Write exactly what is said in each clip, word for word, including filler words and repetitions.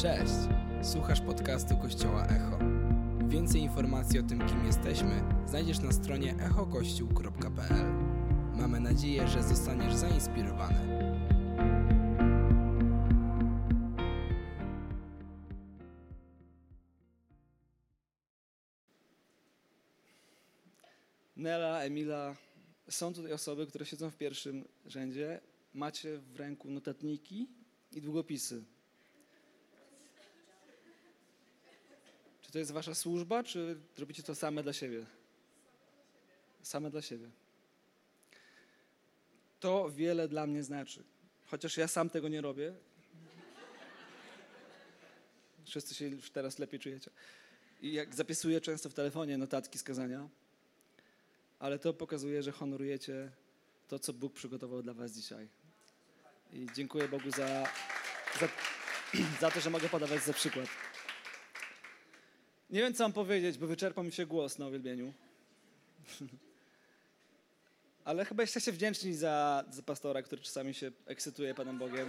Cześć! Słuchasz podcastu Kościoła Echo. Więcej informacji o tym, kim jesteśmy, znajdziesz na stronie echo kościół kropka p l. Mamy nadzieję, że zostaniesz zainspirowany. Nela, Emila, są tutaj osoby, które siedzą w pierwszym rzędzie. Macie w ręku notatniki i długopisy. Czy to jest wasza służba, czy robicie to same dla siebie? Same dla siebie. To wiele dla mnie znaczy. Chociaż ja sam tego nie robię. Wszyscy się już teraz lepiej czujecie. I jak zapisuję często w telefonie notatki z kazania, ale to pokazuje, że honorujecie to, co Bóg przygotował dla was dzisiaj. I dziękuję Bogu za, za, za to, że mogę podawać za przykład. Nie wiem, co mam powiedzieć, bo wyczerpał mi się głos na uwielbieniu. Ale chyba jesteście wdzięczni za, za pastora, który czasami się ekscytuje Panem Bogiem.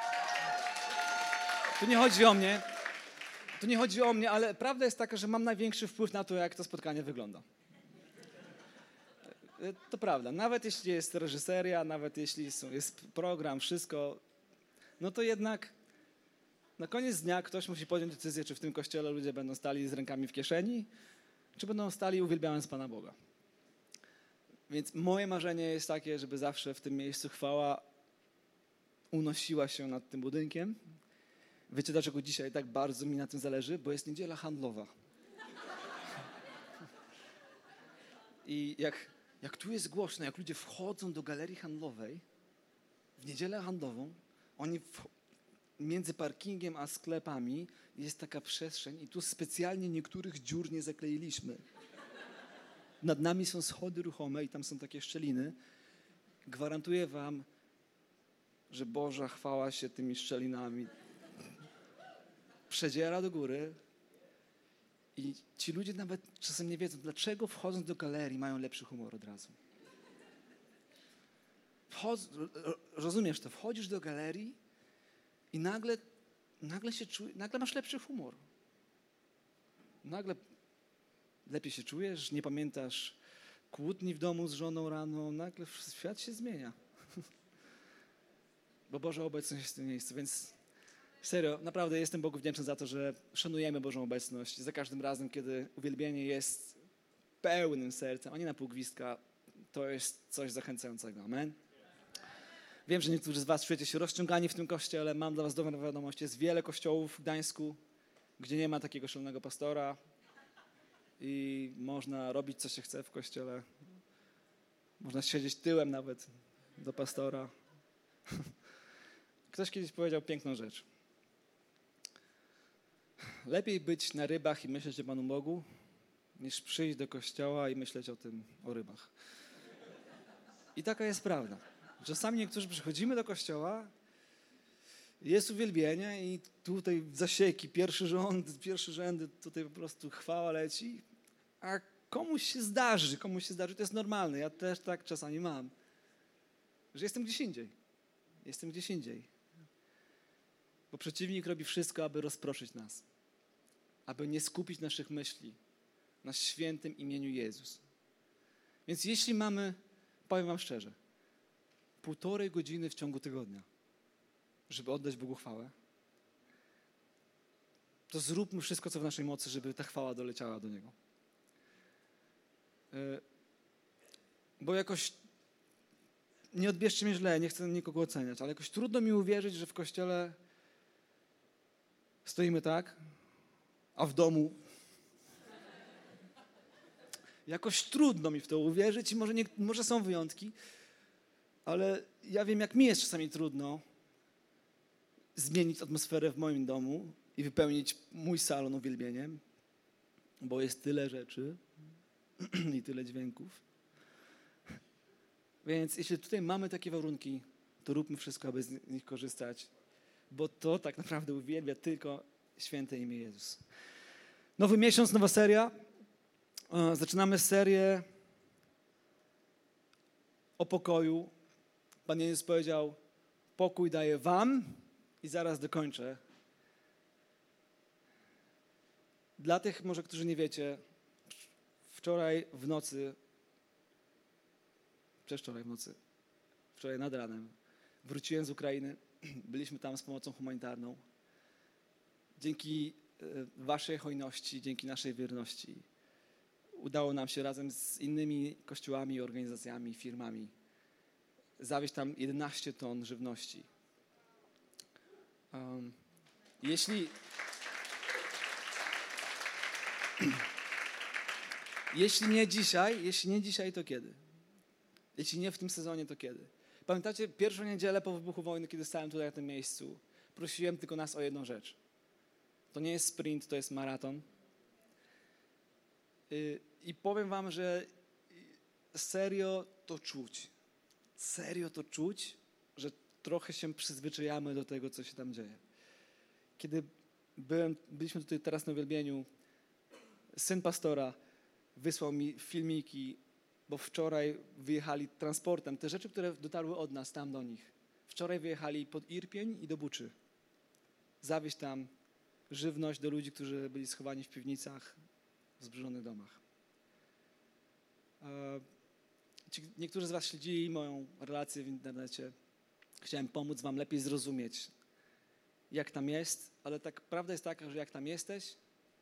Tu nie chodzi o mnie, tu nie chodzi o mnie, ale prawda jest taka, że mam największy wpływ na to, jak to spotkanie wygląda. To prawda. Nawet jeśli jest reżyseria, nawet jeśli są, jest program, wszystko, no to jednak na koniec dnia ktoś musi podjąć decyzję, czy w tym kościele ludzie będą stali z rękami w kieszeni, czy będą stali uwielbiając Pana Boga. Więc moje marzenie jest takie, żeby zawsze w tym miejscu chwała unosiła się nad tym budynkiem. Wiecie, dlaczego dzisiaj tak bardzo mi na tym zależy? Bo jest niedziela handlowa. I jak, jak tu jest głośno, jak ludzie wchodzą do galerii handlowej w niedzielę handlową, oni w, między parkingiem a sklepami jest taka przestrzeń i tu specjalnie niektórych dziur nie zakleiliśmy. Nad nami są schody ruchome i tam są takie szczeliny. Gwarantuję wam, że Boża chwała się tymi szczelinami przedziera do góry i ci ludzie nawet czasem nie wiedzą, dlaczego wchodząc do galerii mają lepszy humor od razu. Wchodz, rozumiesz to? Wchodzisz do galerii i nagle, nagle, się czuj, nagle masz lepszy humor. Nagle lepiej się czujesz, nie pamiętasz kłótni w domu z żoną rano, nagle świat się zmienia. Bo Boża obecność jest w tym miejscu, więc serio, naprawdę jestem Bogu wdzięczny za to, że szanujemy Bożą obecność. Za każdym razem, kiedy uwielbienie jest pełnym sercem, a nie na pół gwizdka, to jest coś zachęcającego. Amen. Wiem, że niektórzy z was czujecie się rozciągani w tym kościele. Mam dla was dobrą wiadomość. Jest wiele kościołów w Gdańsku, gdzie nie ma takiego szalonego pastora i można robić, co się chce w kościele. Można siedzieć tyłem nawet do pastora. Ktoś kiedyś powiedział piękną rzecz. Lepiej być na rybach i myśleć o Panu Bogu, niż przyjść do kościoła i myśleć o tym, o rybach. I taka jest prawda. Czasami niektórzy przychodzimy do kościoła, jest uwielbienie i tutaj zasieki, pierwszy rząd, pierwszy rzędy, tutaj po prostu chwała leci, a komuś się zdarzy, komuś się zdarzy, to jest normalne. Ja też tak czasami mam, że jestem gdzieś indziej. Jestem gdzieś indziej. Bo przeciwnik robi wszystko, aby rozproszyć nas, aby nie skupić naszych myśli na świętym imieniu Jezus. Więc jeśli mamy, powiem wam szczerze, półtorej godziny w ciągu tygodnia, żeby oddać Bogu chwałę, to zróbmy wszystko, co w naszej mocy, żeby ta chwała doleciała do Niego. Bo jakoś, nie odbierzcie mnie źle, nie chcę nikogo oceniać, ale jakoś trudno mi uwierzyć, że w kościele stoimy tak, a w domu jakoś trudno mi w to uwierzyć i może, nie, może są wyjątki, ale ja wiem, jak mi jest czasami trudno zmienić atmosferę w moim domu i wypełnić mój salon uwielbieniem, bo jest tyle rzeczy i tyle dźwięków. Więc jeśli tutaj mamy takie warunki, to róbmy wszystko, aby z nich korzystać, bo to tak naprawdę uwielbia tylko święte imię Jezus. Nowy miesiąc, nowa seria. Zaczynamy serię o pokoju. Pan Jezus powiedział, pokój daję wam i zaraz dokończę. Dla tych może, którzy nie wiecie, wczoraj w nocy, przedwczoraj w nocy, wczoraj nad ranem, wróciłem z Ukrainy, byliśmy tam z pomocą humanitarną. Dzięki waszej hojności, dzięki naszej wierności udało nam się razem z innymi kościołami, organizacjami, firmami zawieźć tam jedenaście ton żywności. Um, jeśli, jeśli nie dzisiaj, jeśli nie dzisiaj, to kiedy? Jeśli nie w tym sezonie, to kiedy? Pamiętacie pierwszą niedzielę po wybuchu wojny, kiedy stałem tutaj na tym miejscu? Prosiłem tylko nas o jedną rzecz. To nie jest sprint, to jest maraton. I powiem wam, że serio to czuć. Serio to czuć, że trochę się przyzwyczajamy do tego, co się tam dzieje. Kiedy byłem, byliśmy tutaj teraz na uwielbieniu, syn pastora wysłał mi filmiki, bo wczoraj wyjechali transportem. Te rzeczy, które dotarły od nas tam do nich. Wczoraj wyjechali pod Irpień i do Buczy. Zawieźć tam żywność do ludzi, którzy byli schowani w piwnicach, w zburzonych domach. Ci, niektórzy z was śledzili moją relację w internecie. Chciałem pomóc wam lepiej zrozumieć, jak tam jest, ale tak prawda jest taka, że jak tam jesteś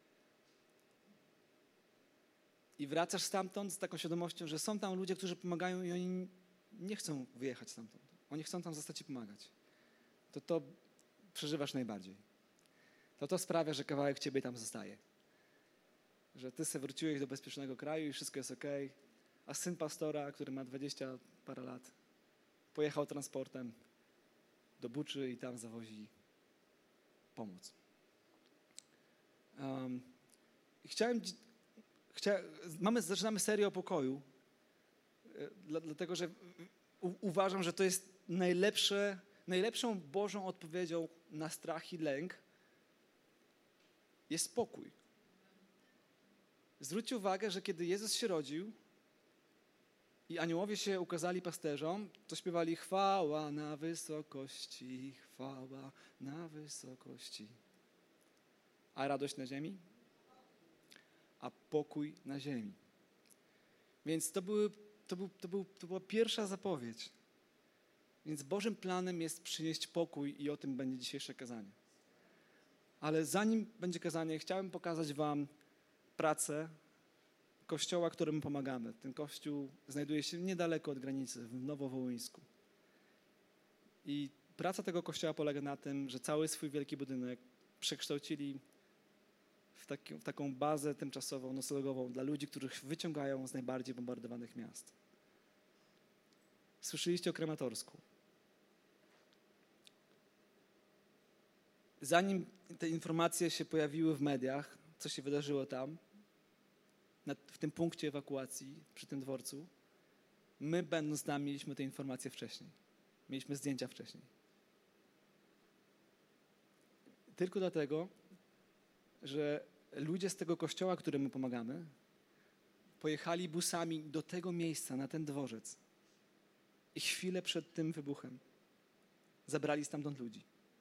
i wracasz stamtąd z taką świadomością, że są tam ludzie, którzy pomagają i oni nie chcą wyjechać stamtąd. Oni chcą tam zostać i pomagać. To to przeżywasz najbardziej. To to sprawia, że kawałek ciebie tam zostaje. Że ty se wróciłeś do bezpiecznego kraju i wszystko jest okej, a syn pastora, który ma dwadzieścia parę lat, pojechał transportem do Buczy i tam zawozi pomoc. Um, chciałem, chcia, mamy, zaczynamy serię o pokoju, dla, dlatego że u, uważam, że to jest najlepsze, najlepszą Bożą odpowiedzią na strach i lęk jest spokój. Zwróćcie uwagę, że kiedy Jezus się rodził i aniołowie się ukazali pasterzom, to śpiewali chwała na wysokości, chwała na wysokości. A radość na ziemi? A pokój na ziemi. Więc to, były, to, był, to, był, to była pierwsza zapowiedź. Więc Bożym planem jest przynieść pokój i o tym będzie dzisiejsze kazanie. Ale zanim będzie kazanie, chciałem pokazać wam pracę kościoła, któremu pomagamy. Ten kościół znajduje się niedaleko od granicy, w Nowowołyńsku. I praca tego kościoła polega na tym, że cały swój wielki budynek przekształcili w, taki, w taką bazę tymczasową, noclegową dla ludzi, których wyciągają z najbardziej bombardowanych miast. Słyszeliście o Krematorsku. Zanim te informacje się pojawiły w mediach, co się wydarzyło tam, w tym punkcie ewakuacji, przy tym dworcu, my będąc tam mieliśmy te informacje wcześniej. Mieliśmy zdjęcia wcześniej. Tylko dlatego, że ludzie z tego kościoła, któremu pomagamy, pojechali busami do tego miejsca, na ten dworzec i chwilę przed tym wybuchem zabrali stamtąd ludzi.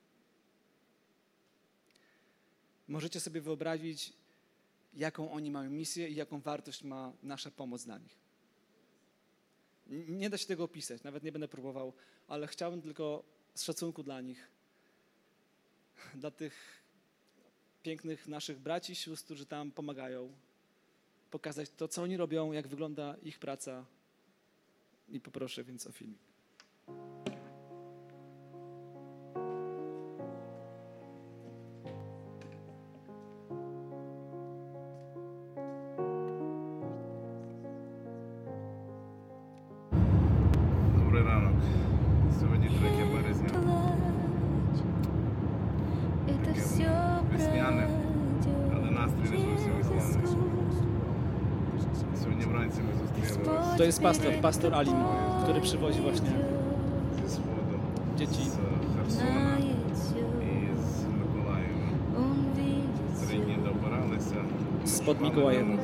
Możecie sobie wyobrazić, jaką oni mają misję i jaką wartość ma nasza pomoc dla nich. Nie da się tego opisać, nawet nie będę próbował, ale chciałbym tylko z szacunku dla nich, dla tych pięknych naszych braci i sióstr, którzy tam pomagają, pokazać to, co oni robią, jak wygląda ich praca i poproszę więc o filmik. To jest pastor, pastor Alim, który przywozi właśnie dzieci. Spod Mikołajewa.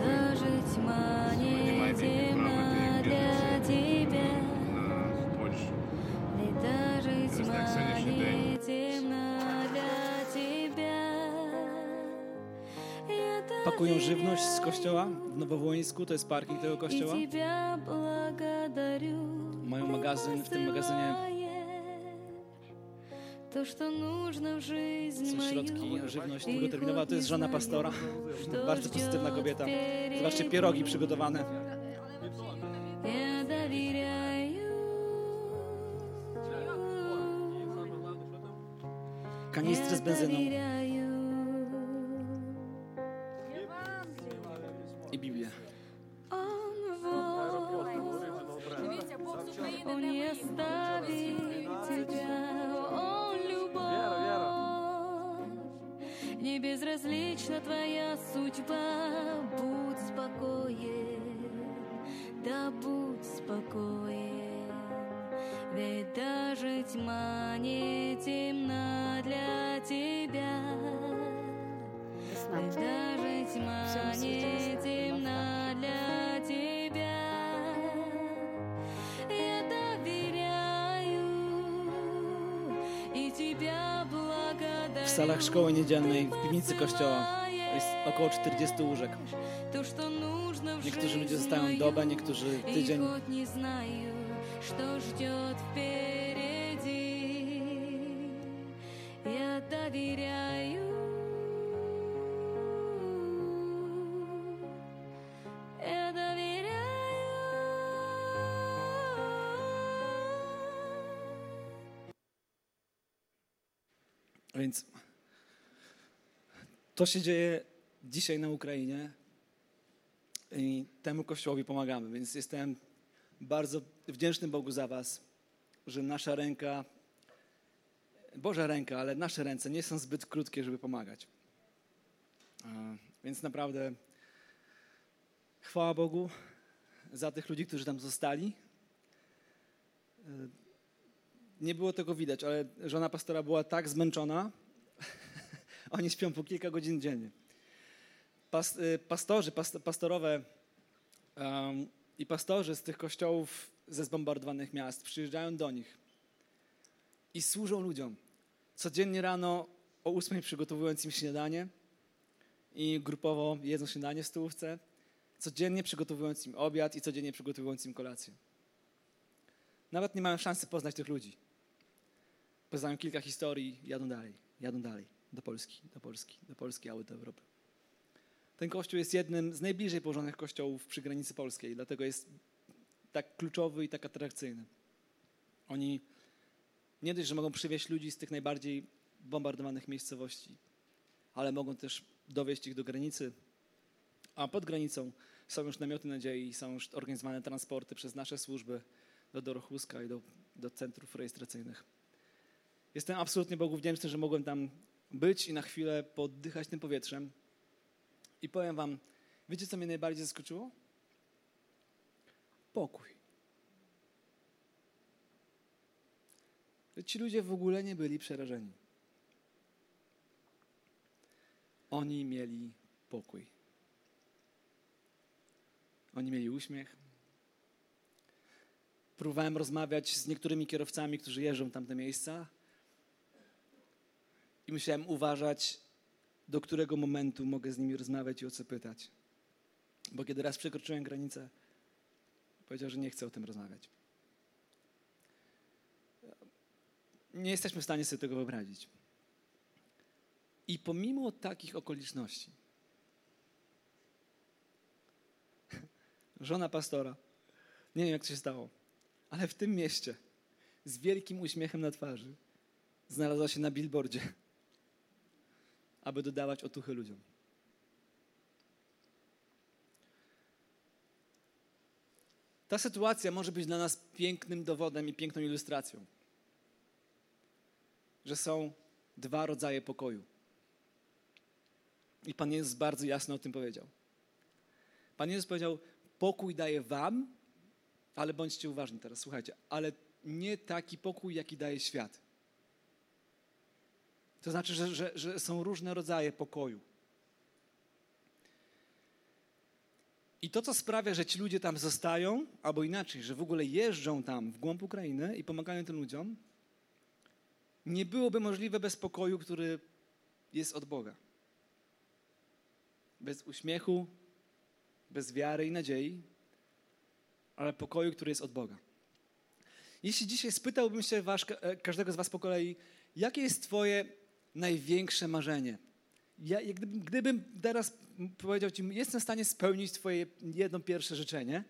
Это pakują żywność z kościoła w Nowowołyńsku, to jest parking tego kościoła. Mają magazyn, w tym magazynie są środki, żywność długoterminowa. To jest żona pastora, bardzo pozytywna kobieta. Zobaczcie, pierogi przygotowane. Kanistry z benzyną. I Biblię. Не безразлична твоя судьба, будь спокоен, да будь спокоен, ведь даже тьма не темна для тебя, ведь даже тьма не темна для тебя, я доверяю и тебя благодарю. W salach szkoły niedzielnej, w piwnicy kościoła jest około czterdziestu łóżek. Niektórzy ludzie zostają dobę, niektórzy tydzień. Więc to się dzieje dzisiaj na Ukrainie i temu Kościołowi pomagamy. Więc jestem bardzo wdzięczny Bogu za was, że nasza ręka, Boża ręka, ale nasze ręce nie są zbyt krótkie, żeby pomagać. Więc naprawdę chwała Bogu za tych ludzi, którzy tam zostali. Nie było tego widać, ale żona pastora była tak zmęczona, oni śpią po kilka godzin dziennie. Pas, pastorzy, past, pastorowe um, i pastorzy z tych kościołów ze zbombardowanych miast przyjeżdżają do nich i służą ludziom. Codziennie rano o ósmej przygotowując im śniadanie i grupowo jedzą śniadanie w stołówce, codziennie przygotowując im obiad i codziennie przygotowując im kolację. Nawet nie mają szansy poznać tych ludzi. Poznają kilka historii, jadą dalej, jadą dalej, do Polski, do Polski, do Polski, albo do Europy. Ten kościół jest jednym z najbliżej położonych kościołów przy granicy polskiej, dlatego jest tak kluczowy i tak atrakcyjny. Oni nie dość, że mogą przywieźć ludzi z tych najbardziej bombardowanych miejscowości, ale mogą też dowieźć ich do granicy, a pod granicą są już namioty nadziei, są już organizowane transporty przez nasze służby do Dorochuska i do, do centrów rejestracyjnych. Jestem absolutnie Bogu wdzięczny, że mogłem tam być i na chwilę poddychać tym powietrzem. I powiem wam, wiecie, co mnie najbardziej zaskoczyło? Pokój. Ci ludzie w ogóle nie byli przerażeni. Oni mieli pokój. Oni mieli uśmiech. Próbowałem rozmawiać z niektórymi kierowcami, którzy jeżdżą w tamte miejsca i musiałem uważać, do którego momentu mogę z nimi rozmawiać i o co pytać. Bo kiedy raz przekroczyłem granicę, powiedział, że nie chce o tym rozmawiać. Nie jesteśmy w stanie sobie tego wyobrazić. I pomimo takich okoliczności, żona pastora, nie wiem jak to się stało, ale w tym mieście z wielkim uśmiechem na twarzy znalazła się na billboardzie, aby dodawać otuchy ludziom. Ta sytuacja może być dla nas pięknym dowodem i piękną ilustracją, że są dwa rodzaje pokoju. I Pan Jezus bardzo jasno o tym powiedział. Pan Jezus powiedział, pokój daję wam, ale bądźcie uważni teraz, słuchajcie, ale nie taki pokój, jaki daje świat. To znaczy, że, że, że są różne rodzaje pokoju. I to, co sprawia, że ci ludzie tam zostają, albo inaczej, że w ogóle jeżdżą tam w głąb Ukrainy i pomagają tym ludziom, nie byłoby możliwe bez pokoju, który jest od Boga. bez uśmiechu, bez wiary i nadziei, ale pokoju, który jest od Boga. Jeśli dzisiaj spytałbym się was, każdego z was po kolei, jakie jest twoje największe marzenie? Ja, gdybym, gdybym teraz powiedział ci, jestem w stanie spełnić twoje jedno pierwsze życzenie,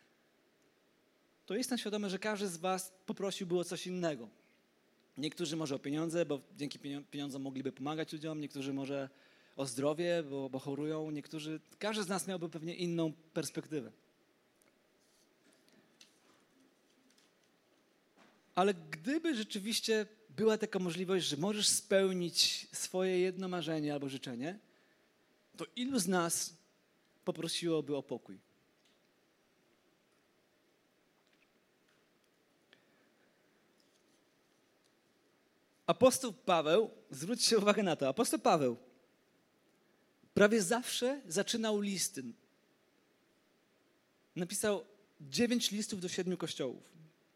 to jestem świadomy, że każdy z was poprosiłby o coś innego. Niektórzy może o pieniądze, bo dzięki pieniądzom mogliby pomagać ludziom, niektórzy może o zdrowie, bo, bo chorują, niektórzy, każdy z nas miałby pewnie inną perspektywę. Ale gdyby rzeczywiście była taka możliwość, że możesz spełnić swoje jedno marzenie albo życzenie, to ilu z nas poprosiłoby o pokój? Apostoł Paweł, zwróćcie uwagę na to, apostoł Paweł prawie zawsze zaczynał listy. Napisał dziewięć listów do siedmiu kościołów.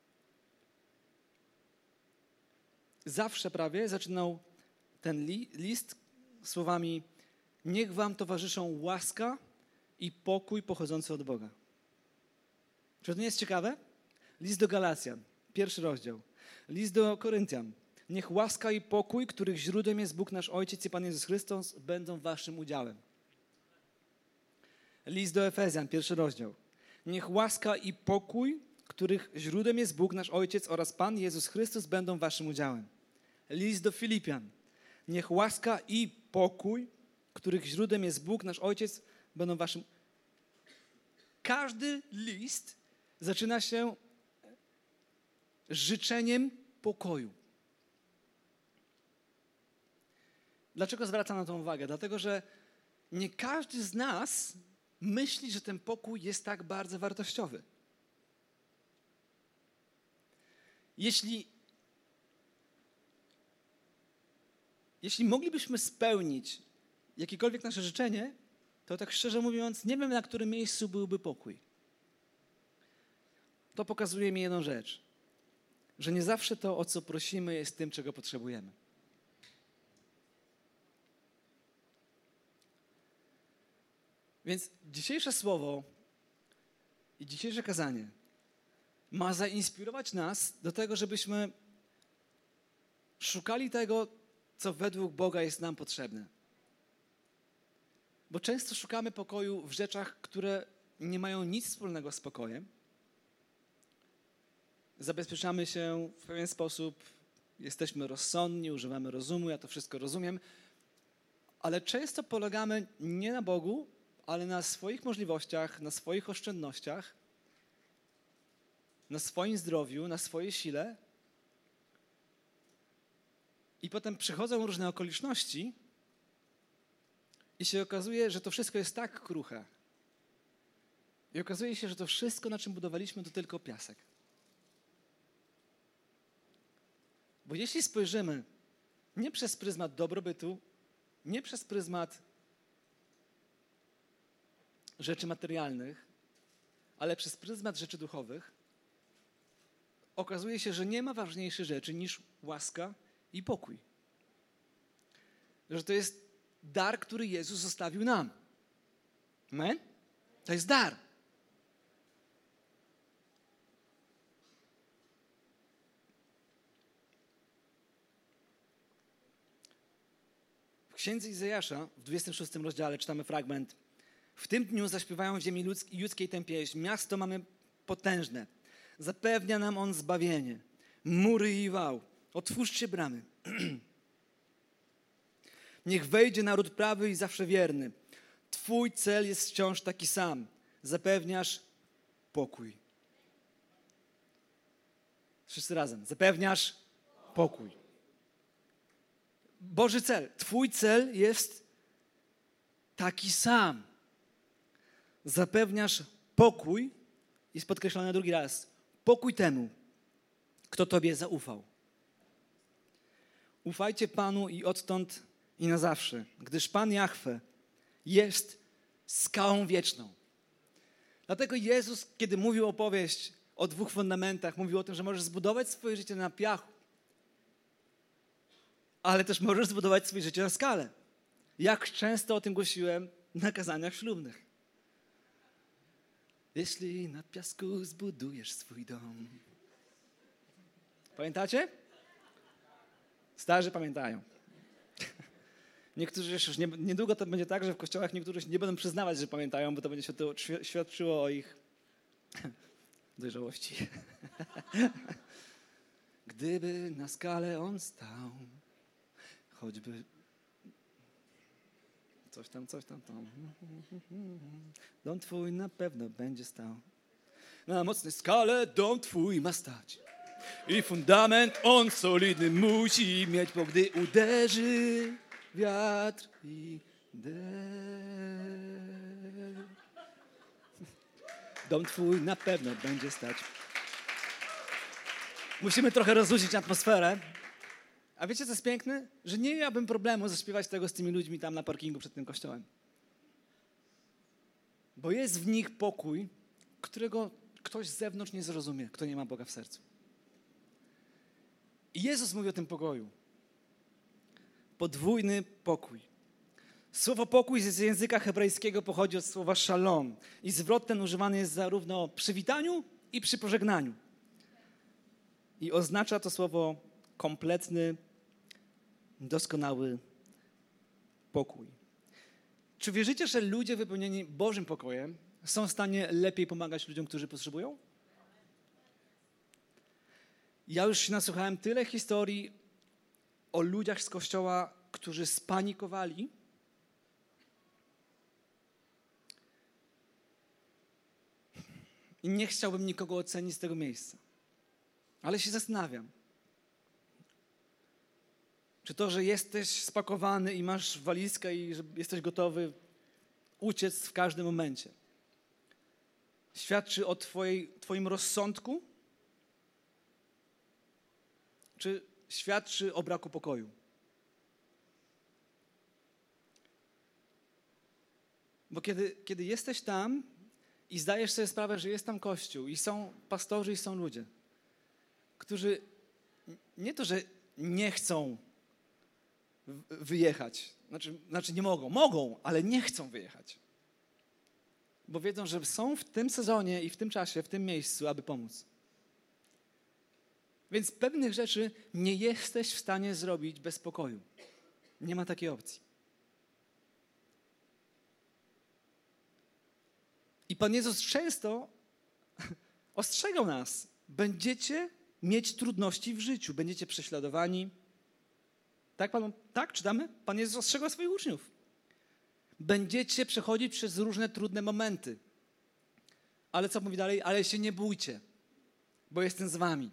Zawsze prawie zaczynał ten li, list słowami: niech wam towarzyszą łaska i pokój pochodzący od Boga. Czy to nie jest ciekawe? List do Galacjan, pierwszy rozdział. List do Koryntian. Niech łaska i pokój, których źródłem jest Bóg nasz Ojciec i Pan Jezus Chrystus, będą waszym udziałem. List do Efezjan, pierwszy rozdział. Niech łaska i pokój, których źródłem jest Bóg nasz Ojciec oraz Pan Jezus Chrystus, będą waszym udziałem. List do Filipian. Niech łaska i pokój, których źródłem jest Bóg nasz Ojciec, będą waszym... Każdy list zaczyna się życzeniem pokoju. Dlaczego zwracam na to uwagę? Dlatego, że nie każdy z nas myśli, że ten pokój jest tak bardzo wartościowy. Jeśli, jeśli moglibyśmy spełnić jakiekolwiek nasze życzenie, to tak szczerze mówiąc, nie wiem, na którym miejscu byłby pokój. To pokazuje mi jedną rzecz, że nie zawsze to, o co prosimy, jest tym, czego potrzebujemy. Więc dzisiejsze słowo i dzisiejsze kazanie ma zainspirować nas do tego, żebyśmy szukali tego, co według Boga jest nam potrzebne. Bo często szukamy pokoju w rzeczach, które nie mają nic wspólnego z pokojem. Zabezpieczamy się w pewien sposób, jesteśmy rozsądni, używamy rozumu, ja to wszystko rozumiem, ale często polegamy nie na Bogu, ale na swoich możliwościach, na swoich oszczędnościach, na swoim zdrowiu, na swojej sile. I potem przychodzą różne okoliczności i się okazuje, że to wszystko jest tak kruche. I okazuje się, że to wszystko, na czym budowaliśmy, to tylko piasek. Bo jeśli spojrzymy nie przez pryzmat dobrobytu, nie przez pryzmat rzeczy materialnych, ale przez pryzmat rzeczy duchowych, okazuje się, że nie ma ważniejszej rzeczy niż łaska i pokój. Że to jest dar, który Jezus zostawił nam. Amen? To jest dar. W Księdze Izajasza w dwudziestym szóstym rozdziale czytamy fragment: w tym dniu zaśpiewają w ziemi judzkiej tę pieśń. Miasto mamy potężne. Zapewnia nam on zbawienie. Mury i wał. Otwórzcie bramy. Niech wejdzie naród prawy i zawsze wierny. Twój cel jest wciąż taki sam. Zapewniasz pokój. Wszyscy razem. Zapewniasz pokój. Boży cel. Twój cel jest taki sam. Zapewniasz pokój, jest podkreślone drugi raz, pokój temu, kto Tobie zaufał. Ufajcie Panu i odtąd i na zawsze, gdyż Pan Jahwe jest skałą wieczną. Dlatego Jezus, kiedy mówił opowieść o dwóch fundamentach, mówił o tym, że możesz zbudować swoje życie na piachu, ale też możesz zbudować swoje życie na skale. Jak często o tym głosiłem, na kazaniach ślubnych. Jeśli na piasku zbudujesz swój dom. Pamiętacie? Starzy pamiętają. Niektórzy już nie, niedługo to będzie tak, że w kościołach niektórzy się nie będą przyznawać, że pamiętają, bo to będzie świadczyło o ich dojrzałości. Gdyby na skale on stał, choćby coś tam, coś tam, tam. Dom twój na pewno będzie stał. Na mocnej skale dom twój ma stać. I fundament on solidny musi mieć, bo gdy uderzy wiatr i deszcz. Dom twój na pewno będzie stać. Musimy trochę rozluźnić atmosferę. A wiecie, co jest piękne? Że nie miałbym problemu zaśpiewać tego z tymi ludźmi tam na parkingu przed tym kościołem. Bo jest w nich pokój, którego ktoś z zewnątrz nie zrozumie, kto nie ma Boga w sercu. I Jezus mówi o tym pokoju. Podwójny pokój. Słowo pokój z języka hebrajskiego pochodzi od słowa szalom. I zwrot ten używany jest zarówno przy witaniu i przy pożegnaniu. I oznacza to słowo kompletny, doskonały pokój. Czy wierzycie, że ludzie wypełnieni Bożym pokojem są w stanie lepiej pomagać ludziom, którzy potrzebują? Ja już się nasłuchałem tyle historii o ludziach z Kościoła, którzy spanikowali i nie chciałbym nikogo ocenić z tego miejsca. Ale się zastanawiam, czy to, że jesteś spakowany i masz walizkę i że jesteś gotowy uciec w każdym momencie, świadczy o twojej, twoim rozsądku, czy świadczy o braku pokoju? Bo kiedy, kiedy jesteś tam i zdajesz sobie sprawę, że jest tam Kościół i są pastorzy i są ludzie, którzy nie to, że nie chcą wyjechać, znaczy, znaczy nie mogą, mogą, ale nie chcą wyjechać, bo wiedzą, że są w tym sezonie i w tym czasie, w tym miejscu, aby pomóc. Więc pewnych rzeczy nie jesteś w stanie zrobić bez pokoju. Nie ma takiej opcji. I Pan Jezus często ostrzegał nas. Będziecie mieć trudności w życiu, będziecie prześladowani. Tak, Pan, tak czytamy? Pan Jezus ostrzegał swoich uczniów. Będziecie przechodzić przez różne trudne momenty. Ale co mówi dalej? Ale się nie bójcie, bo jestem z wami.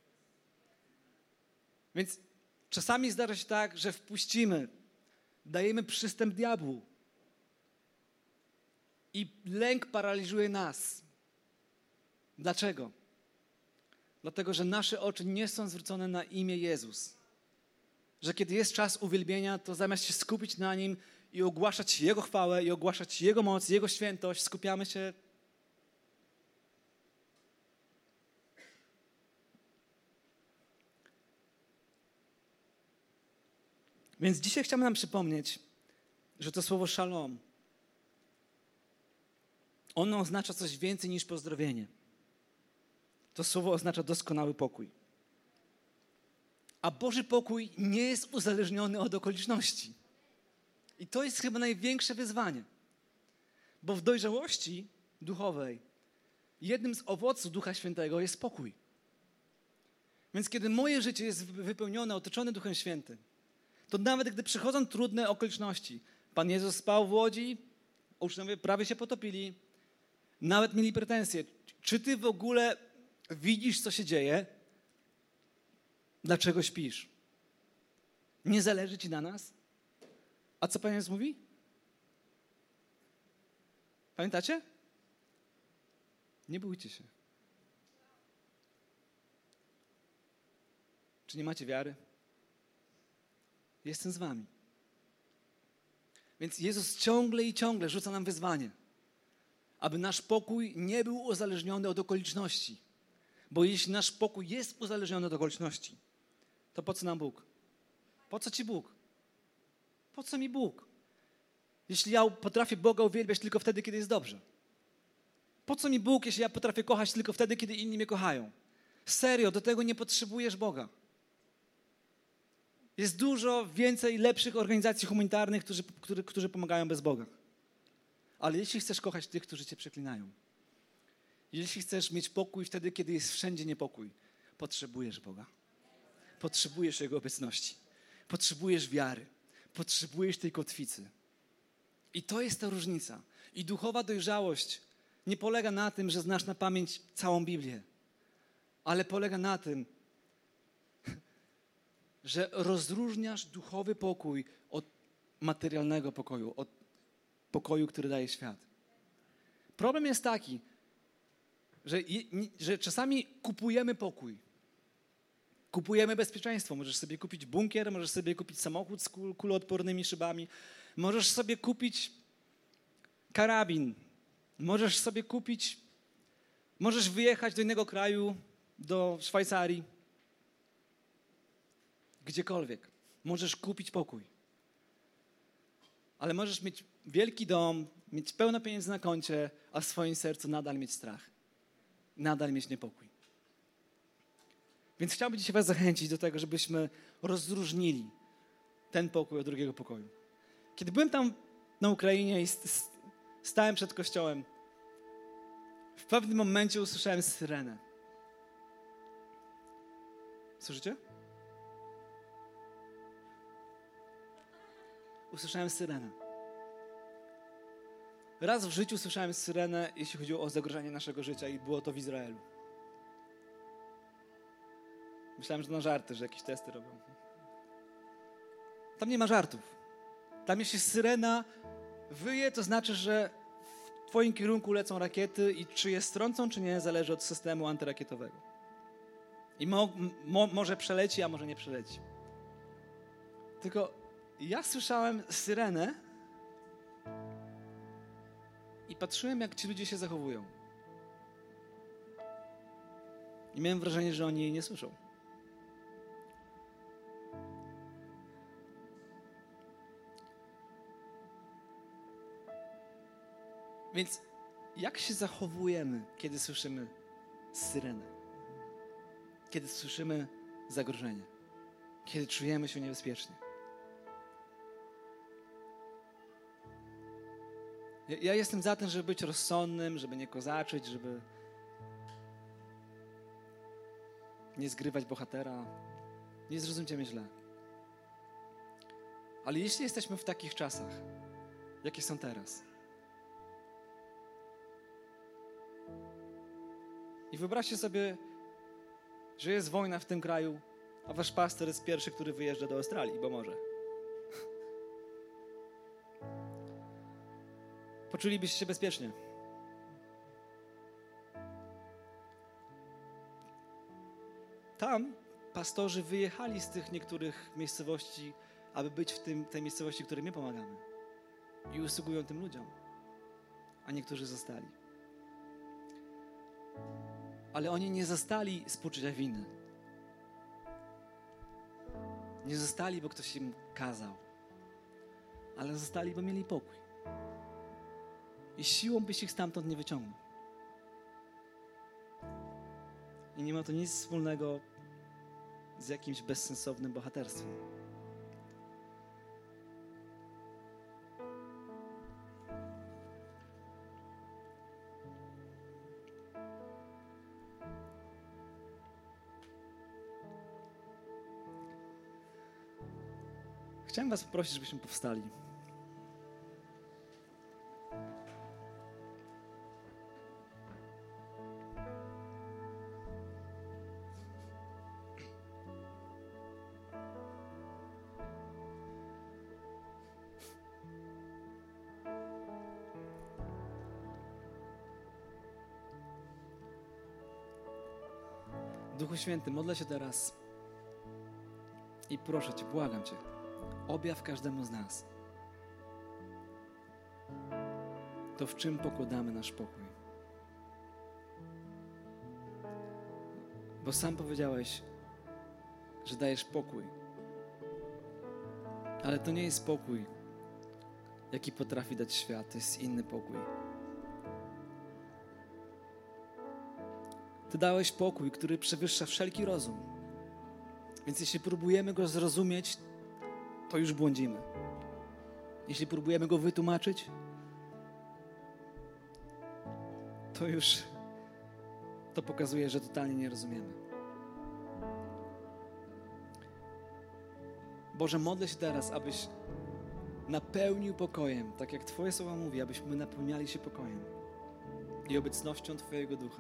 Więc czasami zdarza się tak, że wpuścimy, dajemy przystęp diabłu i lęk paraliżuje nas. Dlaczego? Dlatego, że nasze oczy nie są zwrócone na imię Jezus. Że kiedy jest czas uwielbienia, to zamiast się skupić na Nim i ogłaszać Jego chwałę i ogłaszać Jego moc, Jego świętość, skupiamy się Więc dzisiaj chciałbym nam przypomnieć, że to słowo szalom, ono oznacza coś więcej niż pozdrowienie. To słowo oznacza doskonały pokój. A Boży pokój nie jest uzależniony od okoliczności. I to jest chyba największe wyzwanie. Bo w dojrzałości duchowej jednym z owoców Ducha Świętego jest pokój. Więc kiedy moje życie jest wypełnione, otoczone Duchem Świętym, to nawet gdy przychodzą trudne okoliczności, Pan Jezus spał w łodzi, uczniowie prawie się potopili, nawet mieli pretensje. Czy ty w ogóle widzisz, co się dzieje? Dlaczego śpisz? Nie zależy ci na nas? A co Pan Jezus mówi? Pamiętacie? Nie bójcie się. Czy nie macie wiary? Jestem z wami. Więc Jezus ciągle i ciągle rzuca nam wyzwanie, aby nasz pokój nie był uzależniony od okoliczności. Bo jeśli nasz pokój jest uzależniony od okoliczności, to po co nam Bóg? Po co ci Bóg? Po co mi Bóg? jeśli ja potrafię Boga uwielbiać tylko wtedy, kiedy jest dobrze? Po co mi Bóg, jeśli ja potrafię kochać tylko wtedy, kiedy inni mnie kochają? Serio, do tego nie potrzebujesz Boga. Jest dużo więcej lepszych organizacji humanitarnych, którzy, którzy, którzy pomagają bez Boga. Ale jeśli chcesz kochać tych, którzy cię przeklinają, jeśli chcesz mieć pokój wtedy, kiedy jest wszędzie niepokój, potrzebujesz Boga. Potrzebujesz Jego obecności. Potrzebujesz wiary. Potrzebujesz tej kotwicy. I to jest ta różnica. I duchowa dojrzałość nie polega na tym, że znasz na pamięć całą Biblię, ale polega na tym, że rozróżniasz duchowy pokój od materialnego pokoju, od pokoju, który daje świat. Problem jest taki, że, że czasami kupujemy pokój. Kupujemy bezpieczeństwo. Możesz sobie kupić bunkier, możesz sobie kupić samochód z kul- kuloodpornymi szybami, możesz sobie kupić karabin, możesz sobie kupić, możesz wyjechać do innego kraju, do Szwajcarii, gdziekolwiek. Możesz kupić pokój. Ale możesz mieć wielki dom, mieć pełno pieniędzy na koncie, a w swoim sercu nadal mieć strach. Nadal mieć niepokój. Więc chciałbym dzisiaj was zachęcić do tego, żebyśmy rozróżnili ten pokój od drugiego pokoju. Kiedy byłem tam na Ukrainie i stałem przed kościołem, w pewnym momencie usłyszałem syrenę. Słyszycie? Usłyszałem syrenę. Raz w życiu słyszałem syrenę, jeśli chodziło o zagrożenie naszego życia, i było to w Izraelu. Myślałem, że to na żarty, że jakieś testy robią. Tam nie ma żartów. Tam jeśli syrena wyje, to znaczy, że w twoim kierunku lecą rakiety i czy je strącą, czy nie, zależy od systemu antyrakietowego. I mo, mo, może przeleci, a może nie przeleci. Tylko ja słyszałem syrenę i patrzyłem, jak ci ludzie się zachowują. I miałem wrażenie, że oni jej nie słyszą. Więc jak się zachowujemy, kiedy słyszymy syrenę? Kiedy słyszymy zagrożenie? Kiedy czujemy się niebezpiecznie? Ja, ja jestem za tym, żeby być rozsądnym, żeby nie kozaczyć, żeby nie zgrywać bohatera. Nie zrozumcie mnie źle. Ale jeśli jesteśmy w takich czasach, jakie są teraz, i wyobraźcie sobie, że jest wojna w tym kraju, a wasz pastor jest pierwszy, który wyjeżdża do Australii, bo może. Poczulibyście się bezpiecznie. Tam pastorzy wyjechali z tych niektórych miejscowości, aby być w tym, tej miejscowości, której my pomagamy. I usługują tym ludziom. A niektórzy zostali. Ale oni nie zostali z poczucia winy. Nie zostali, bo ktoś im kazał. Ale zostali, bo mieli pokój. I siłą byś ich stamtąd nie wyciągnął. I nie ma to nic wspólnego z jakimś bezsensownym bohaterstwem. Chciałem was poprosić, żebyśmy powstali. Duchu Święty, modlę się teraz i proszę Cię, błagam Cię, objaw każdemu z nas to, w czym pokładamy nasz pokój. Bo sam powiedziałeś, że dajesz pokój. Ale to nie jest pokój, jaki potrafi dać świat. To jest inny pokój. Ty dałeś pokój, który przewyższa wszelki rozum. Więc jeśli próbujemy go zrozumieć, to już błądzimy. Jeśli próbujemy go wytłumaczyć, to już to pokazuje, że totalnie nie rozumiemy. Boże, modlę się teraz, abyś napełnił pokojem, tak jak Twoje słowa mówi, abyśmy napełniali się pokojem i obecnością Twojego Ducha.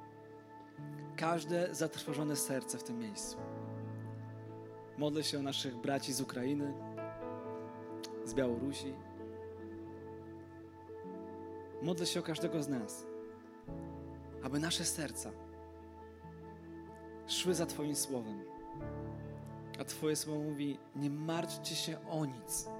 Każde zatrwożone serce w tym miejscu. Modlę się o naszych braci z Ukrainy, z Białorusi. Modlę się o każdego z nas, aby nasze serca szły za Twoim słowem. A Twoje słowo mówi, nie martwcie się o nic.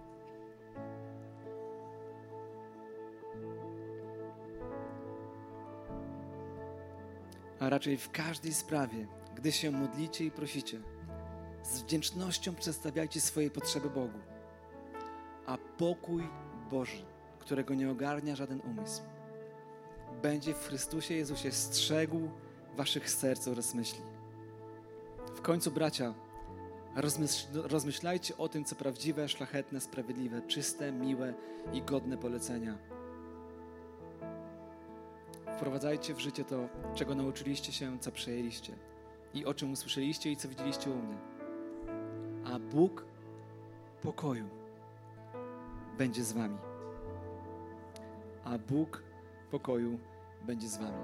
A raczej w każdej sprawie, gdy się modlicie i prosicie, z wdzięcznością przedstawiajcie swoje potrzeby Bogu. A pokój Boży, którego nie ogarnia żaden umysł, będzie w Chrystusie Jezusie strzegł waszych serc oraz myśli. W końcu, bracia, rozmyśl, rozmyślajcie o tym, co prawdziwe, szlachetne, sprawiedliwe, czyste, miłe i godne polecenia. Wprowadzajcie w życie to, czego nauczyliście się, co przejęliście i o czym usłyszeliście i co widzieliście u mnie. A Bóg pokoju będzie z wami. A Bóg pokoju będzie z wami.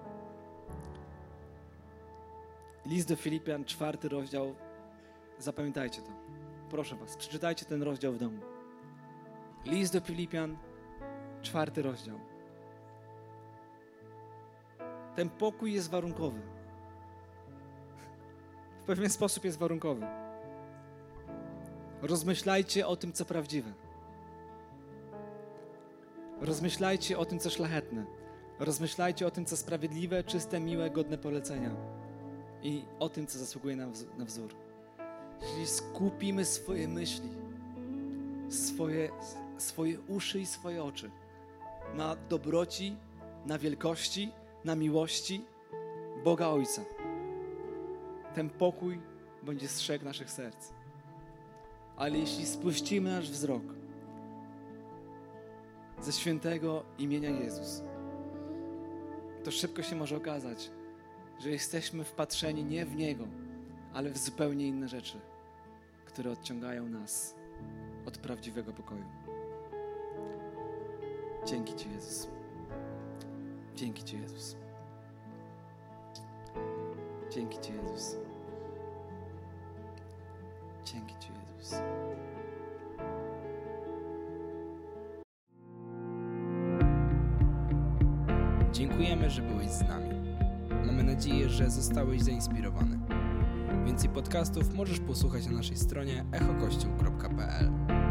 List do Filipian, czwarty rozdział. Zapamiętajcie to. Proszę was, przeczytajcie ten rozdział w domu. List do Filipian, czwarty rozdział. Ten pokój jest warunkowy. W pewien sposób jest warunkowy. Rozmyślajcie o tym, co prawdziwe. Rozmyślajcie o tym, co szlachetne. Rozmyślajcie o tym, co sprawiedliwe, czyste, miłe, godne polecenia. I o tym, co zasługuje na, wz- na wzór. Jeśli skupimy swoje myśli, swoje, swoje uszy i swoje oczy na dobroci, na wielkości, na miłości Boga Ojca, ten pokój będzie strzegł naszych serc. Ale jeśli spuścimy nasz wzrok ze świętego imienia Jezus, to szybko się może okazać, że jesteśmy wpatrzeni nie w Niego, ale w zupełnie inne rzeczy, które odciągają nas od prawdziwego pokoju. Dzięki Ci, Jezus. Dzięki Ci, Jezus. Dzięki Ci, Jezus. Dzięki Ci, Jezus. Dziękujemy, że byłeś z nami. Mamy nadzieję, że zostałeś zainspirowany. Więcej podcastów możesz posłuchać na naszej stronie echo kościół kropka p l.